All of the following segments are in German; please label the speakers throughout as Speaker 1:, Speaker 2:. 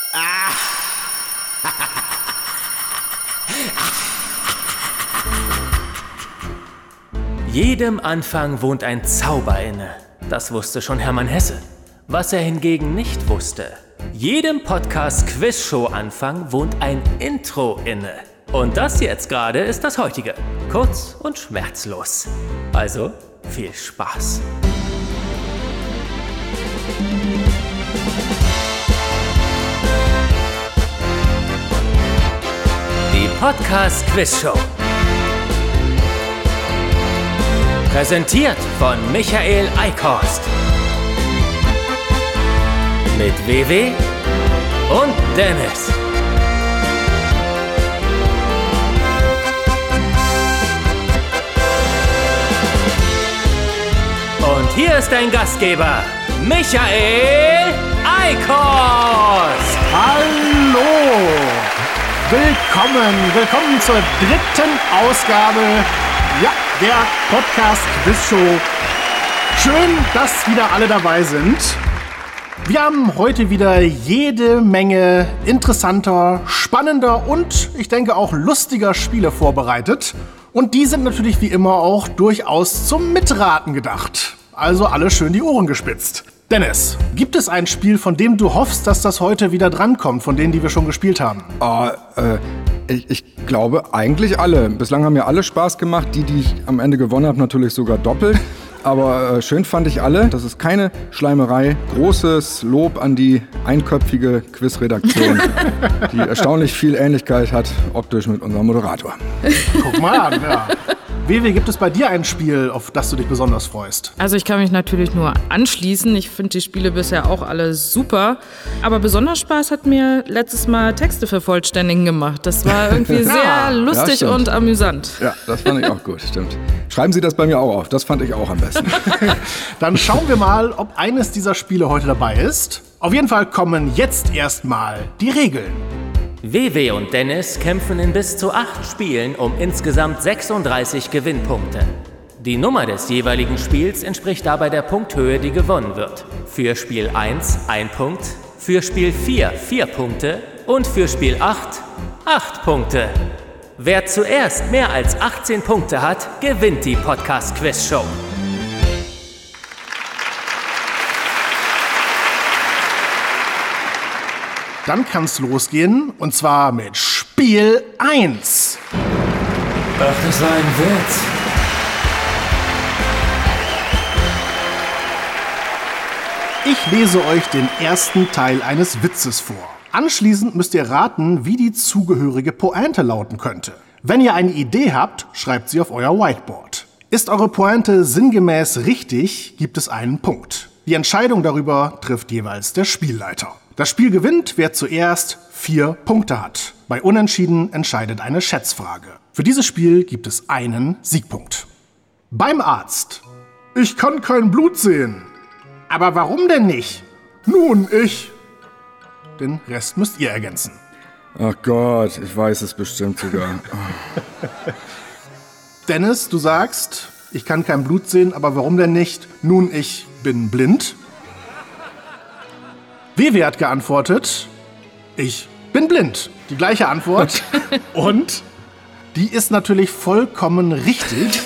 Speaker 1: Jedem Anfang wohnt ein Zauber inne. Das wusste schon Hermann Hesse. Was er hingegen nicht wusste: jedem Podcast-Quiz-Show-Anfang wohnt ein Intro inne. Und das jetzt gerade ist das heutige. Kurz und schmerzlos. Also viel Spaß. Die Podcast-Quiz-Show. Präsentiert von Michael Eickhorst. Mit WW und Dennis. Und hier ist dein Gastgeber, Michael Eickhorst.
Speaker 2: Hallo! Willkommen zur dritten Ausgabe der Podcast-Quiz-Show. Schön, dass wieder alle dabei sind. Wir haben heute wieder jede Menge interessanter, spannender und ich denke auch lustiger Spiele vorbereitet. Und die sind natürlich wie immer auch durchaus zum Mitraten gedacht. Also alle schön die Ohren gespitzt. Dennis, gibt es ein Spiel, von dem du hoffst, dass das heute wieder drankommt, von denen, die wir schon gespielt haben?
Speaker 3: Ich glaube eigentlich alle. Bislang haben mir alle Spaß gemacht. Die ich am Ende gewonnen habe, natürlich sogar doppelt. Aber schön fand ich alle. Das ist keine Schleimerei. Großes Lob an die einköpfige Quizredaktion, die erstaunlich viel Ähnlichkeit hat optisch mit unserem Moderator.
Speaker 2: Guck mal an, ja. WW, gibt es bei dir ein Spiel, auf das du dich besonders freust?
Speaker 4: Also ich kann mich natürlich nur anschließen. Ich finde die Spiele bisher auch alle super. Aber besonders Spaß hat mir letztes Mal Texte vervollständigen gemacht. Das war irgendwie sehr lustig und amüsant.
Speaker 3: Ja, das fand ich auch gut, stimmt. Schreiben Sie das bei mir auch auf. Das fand ich auch am besten.
Speaker 2: Dann schauen wir mal, ob eines dieser Spiele heute dabei ist. Auf jeden Fall kommen jetzt erstmal die Regeln.
Speaker 1: WW und Dennis kämpfen in bis zu 8 Spielen um insgesamt 36 Gewinnpunkte. Die Nummer des jeweiligen Spiels entspricht dabei der Punkthöhe, die gewonnen wird. Für Spiel 1 1 Punkt, für Spiel 4 4 Punkte und für Spiel 8 8 Punkte. Wer zuerst mehr als 18 Punkte hat, gewinnt die Podcast-Quiz-Show.
Speaker 2: Dann kann's losgehen, und zwar mit Spiel 1.
Speaker 1: Ach, das war ein Witz.
Speaker 2: Ich lese euch den ersten Teil eines Witzes vor. Anschließend müsst ihr raten, wie die zugehörige Pointe lauten könnte. Wenn ihr eine Idee habt, schreibt sie auf euer Whiteboard. Ist eure Pointe sinngemäß richtig, gibt es einen Punkt. Die Entscheidung darüber trifft jeweils der Spielleiter. Das Spiel gewinnt, wer zuerst 4 Punkte hat. Bei Unentschieden entscheidet eine Schätzfrage. Für dieses Spiel gibt es einen Siegpunkt. Beim Arzt. Ich kann kein Blut sehen. Aber warum denn nicht? Nun, ich. Den Rest müsst ihr ergänzen.
Speaker 3: Ach Gott, ich weiß es bestimmt sogar.
Speaker 2: Dennis, du sagst, ich kann kein Blut sehen, aber warum denn nicht? Nun, ich bin blind. WW hat geantwortet, ich bin blind. Die gleiche Antwort. Und die ist natürlich vollkommen richtig.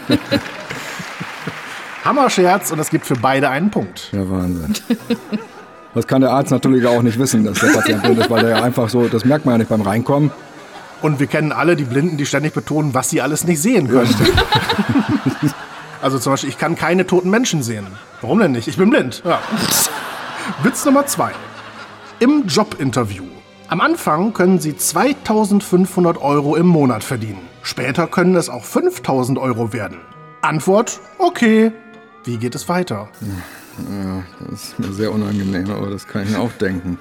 Speaker 2: Hammerscherz, und es gibt für beide einen Punkt.
Speaker 3: Ja, Wahnsinn. Das kann der Arzt natürlich auch nicht wissen, dass der Patient blind ist, weil der ja einfach so, das merkt man ja nicht beim Reinkommen.
Speaker 2: Und wir kennen alle die Blinden, die ständig betonen, was sie alles nicht sehen können. Also zum Beispiel, ich kann keine toten Menschen sehen. Warum denn nicht? Ich bin blind. Ja. Witz Nummer 2. Im Jobinterview. Am Anfang können Sie 2.500 € im Monat verdienen. Später können es auch 5.000 € werden. Antwort, okay. Wie geht es weiter?
Speaker 3: Ja, das ist mir sehr unangenehm, aber das kann ich mir auch denken.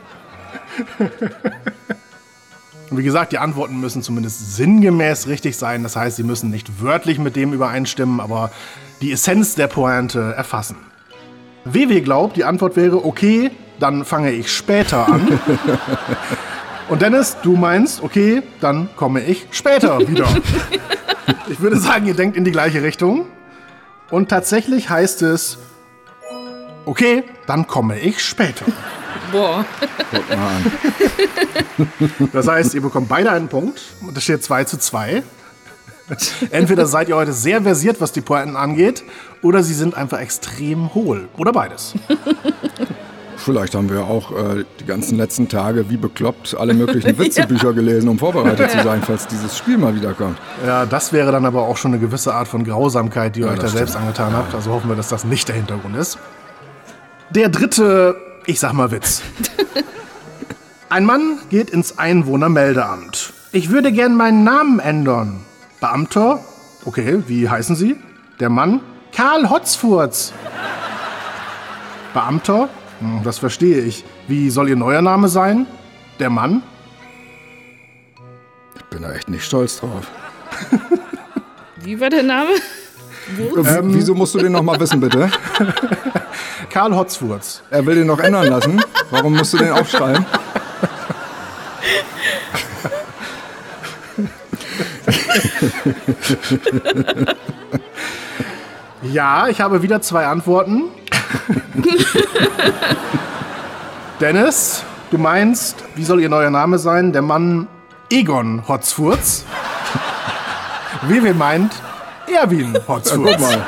Speaker 2: Und wie gesagt, die Antworten müssen zumindest sinngemäß richtig sein. Das heißt, sie müssen nicht wörtlich mit dem übereinstimmen, aber die Essenz der Pointe erfassen. WW glaubt, die Antwort wäre, okay, dann fange ich später an. Und Dennis, du meinst, okay, dann komme ich später wieder. Ich würde sagen, ihr denkt in die gleiche Richtung. Und tatsächlich heißt es, Okay, dann komme ich später.
Speaker 4: Boah.
Speaker 3: Guck mal an.
Speaker 2: Das heißt, ihr bekommt beide einen Punkt. Und es steht 2:2. Entweder seid ihr heute sehr versiert, was die Pointen angeht, oder sie sind einfach extrem hohl. Oder beides.
Speaker 3: Vielleicht haben wir auch die ganzen letzten Tage wie bekloppt alle möglichen Witzebücher gelesen, um vorbereitet zu sein, falls dieses Spiel mal wiederkommt.
Speaker 2: Ja, das wäre dann aber auch schon eine gewisse Art von Grausamkeit, die ihr euch da
Speaker 3: das
Speaker 2: selbst angetan habt. Also hoffen wir, dass das nicht der Hintergrund ist. Der dritte, ich sag mal Witz. Ein Mann geht ins Einwohnermeldeamt. Ich würde gern meinen Namen ändern. Beamter? Okay, wie heißen Sie? Der Mann? Karl Hotzfurz. Beamter? Das verstehe ich. Wie soll Ihr neuer Name sein? Der Mann?
Speaker 3: Ich bin da echt nicht stolz drauf.
Speaker 4: Wie war der Name?
Speaker 3: Wieso musst du den noch mal wissen, bitte?
Speaker 2: Karl Hotzfurz.
Speaker 3: Er will den noch ändern lassen. Warum musst du den aufschreiben?
Speaker 2: Ja, ich habe wieder 2 Antworten. Dennis, du meinst, wie soll Ihr neuer Name sein? Der Mann Egon Hotzfurz. Wewe meint Erwin Hotzfurz.
Speaker 3: Guck mal.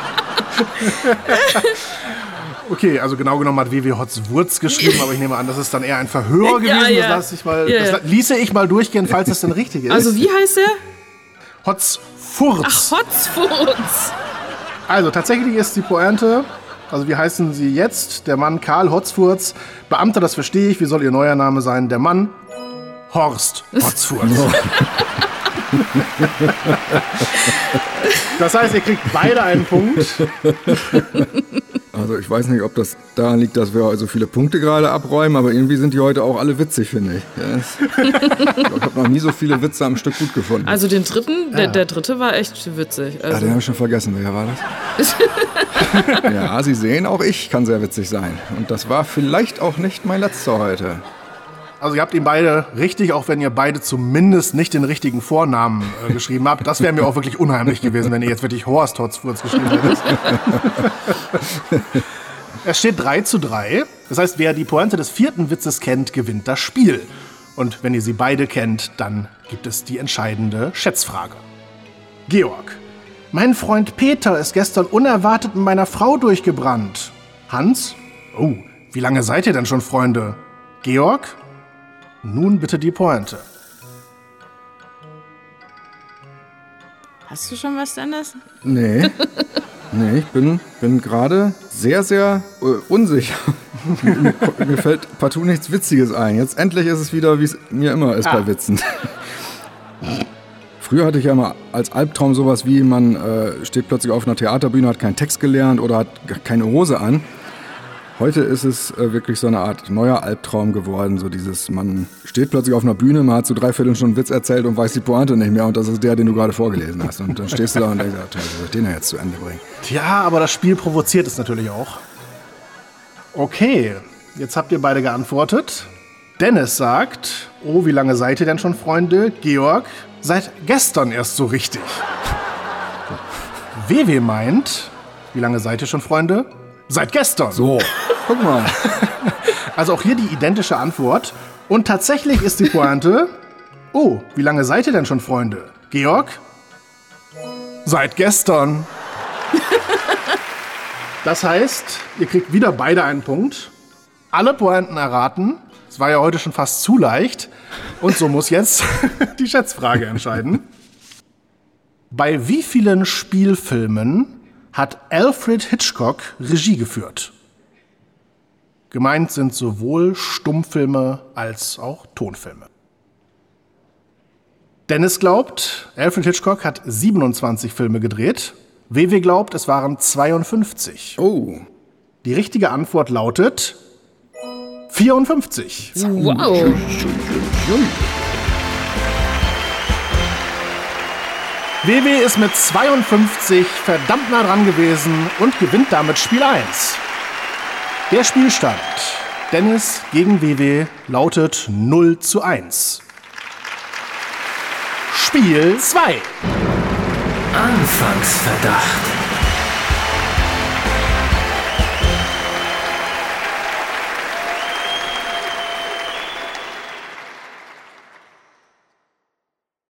Speaker 2: Okay, also genau genommen hat Wewe Hotzwurz geschrieben, aber ich nehme an, das ist dann eher ein Verhörer
Speaker 4: Ja,
Speaker 2: gewesen.
Speaker 4: ja.
Speaker 2: Das ließe ich mal durchgehen, falls es denn richtig ist.
Speaker 4: Also wie heißt der?
Speaker 2: Hotzfurz.
Speaker 4: Ach, Hotzfurz.
Speaker 2: Also tatsächlich ist die Pointe, also wie heißen Sie jetzt? Der Mann Karl Hotzfurz. Beamter, das verstehe ich. Wie soll Ihr neuer Name sein? Der Mann Horst Hotzfurz. Das heißt, ihr kriegt beide einen Punkt.
Speaker 3: Also ich weiß nicht, ob das daran liegt, dass wir so viele Punkte gerade abräumen, aber irgendwie sind die heute auch alle witzig, finde ich. Ich habe noch nie so viele Witze am Stück gut gefunden.
Speaker 4: Also den dritten, der dritte war echt witzig. Also,
Speaker 3: Den habe ich schon vergessen. Wer war das? Ja, Sie sehen, auch ich kann sehr witzig sein. Und das war vielleicht auch nicht mein letzter heute.
Speaker 2: Also ihr habt ihn beide richtig, auch wenn ihr beide zumindest nicht den richtigen Vornamen geschrieben habt. Das wäre mir auch wirklich unheimlich gewesen, wenn ihr jetzt wirklich Horst Hotzfurz geschrieben hättet. Es steht 3:3. Das heißt, wer die Pointe des 4. Witzes kennt, gewinnt das Spiel. Und wenn ihr sie beide kennt, dann gibt es die entscheidende Schätzfrage. Georg. Mein Freund Peter ist gestern unerwartet mit meiner Frau durchgebrannt. Hans. Oh, wie lange seid ihr denn schon Freunde? Georg. Nun bitte die Pointe.
Speaker 4: Hast du schon was, Dennis?
Speaker 3: Nee, ich bin gerade sehr, sehr unsicher. Mir fällt partout nichts Witziges ein. Jetzt endlich ist es wieder, wie es mir immer ist bei Witzen. Früher hatte ich ja mal als Albtraum sowas wie, man steht plötzlich auf einer Theaterbühne, hat keinen Text gelernt oder hat keine Hose an. Heute ist es wirklich so eine Art neuer Albtraum geworden, so dieses, man steht plötzlich auf einer Bühne, man hat so 3/4 Stunden Witz erzählt und weiß die Pointe nicht mehr und das ist der, den du gerade vorgelesen hast. Und dann stehst du da und denkst, ja, toll, wie soll ich den ja jetzt zu Ende bringen?
Speaker 2: Tja, aber das Spiel provoziert es natürlich auch. Okay, jetzt habt ihr beide geantwortet. Dennis sagt, oh, wie lange seid ihr denn schon Freunde? Georg, seit gestern erst so richtig. Wewe meint, wie lange seid ihr schon Freunde? Seit gestern.
Speaker 3: So, guck mal.
Speaker 2: Also auch hier die identische Antwort. Und tatsächlich ist die Pointe, oh, wie lange seid ihr denn schon Freunde? Georg? Seit gestern. Das heißt, ihr kriegt wieder beide einen Punkt. Alle Pointen erraten. Es war ja heute schon fast zu leicht. Und so muss jetzt die Schätzfrage entscheiden. Bei wie vielen Spielfilmen hat Alfred Hitchcock Regie geführt? Gemeint sind sowohl Stummfilme als auch Tonfilme. Dennis glaubt, Alfred Hitchcock hat 27 Filme gedreht. Wewe glaubt, es waren 52.
Speaker 3: Oh.
Speaker 2: Die richtige Antwort lautet 54.
Speaker 4: Wow.
Speaker 2: WW ist mit 52 verdammt nah dran gewesen und gewinnt damit Spiel 1. Der Spielstand Dennis gegen WW lautet 0:1. Spiel 2.
Speaker 1: Anfangsverdacht.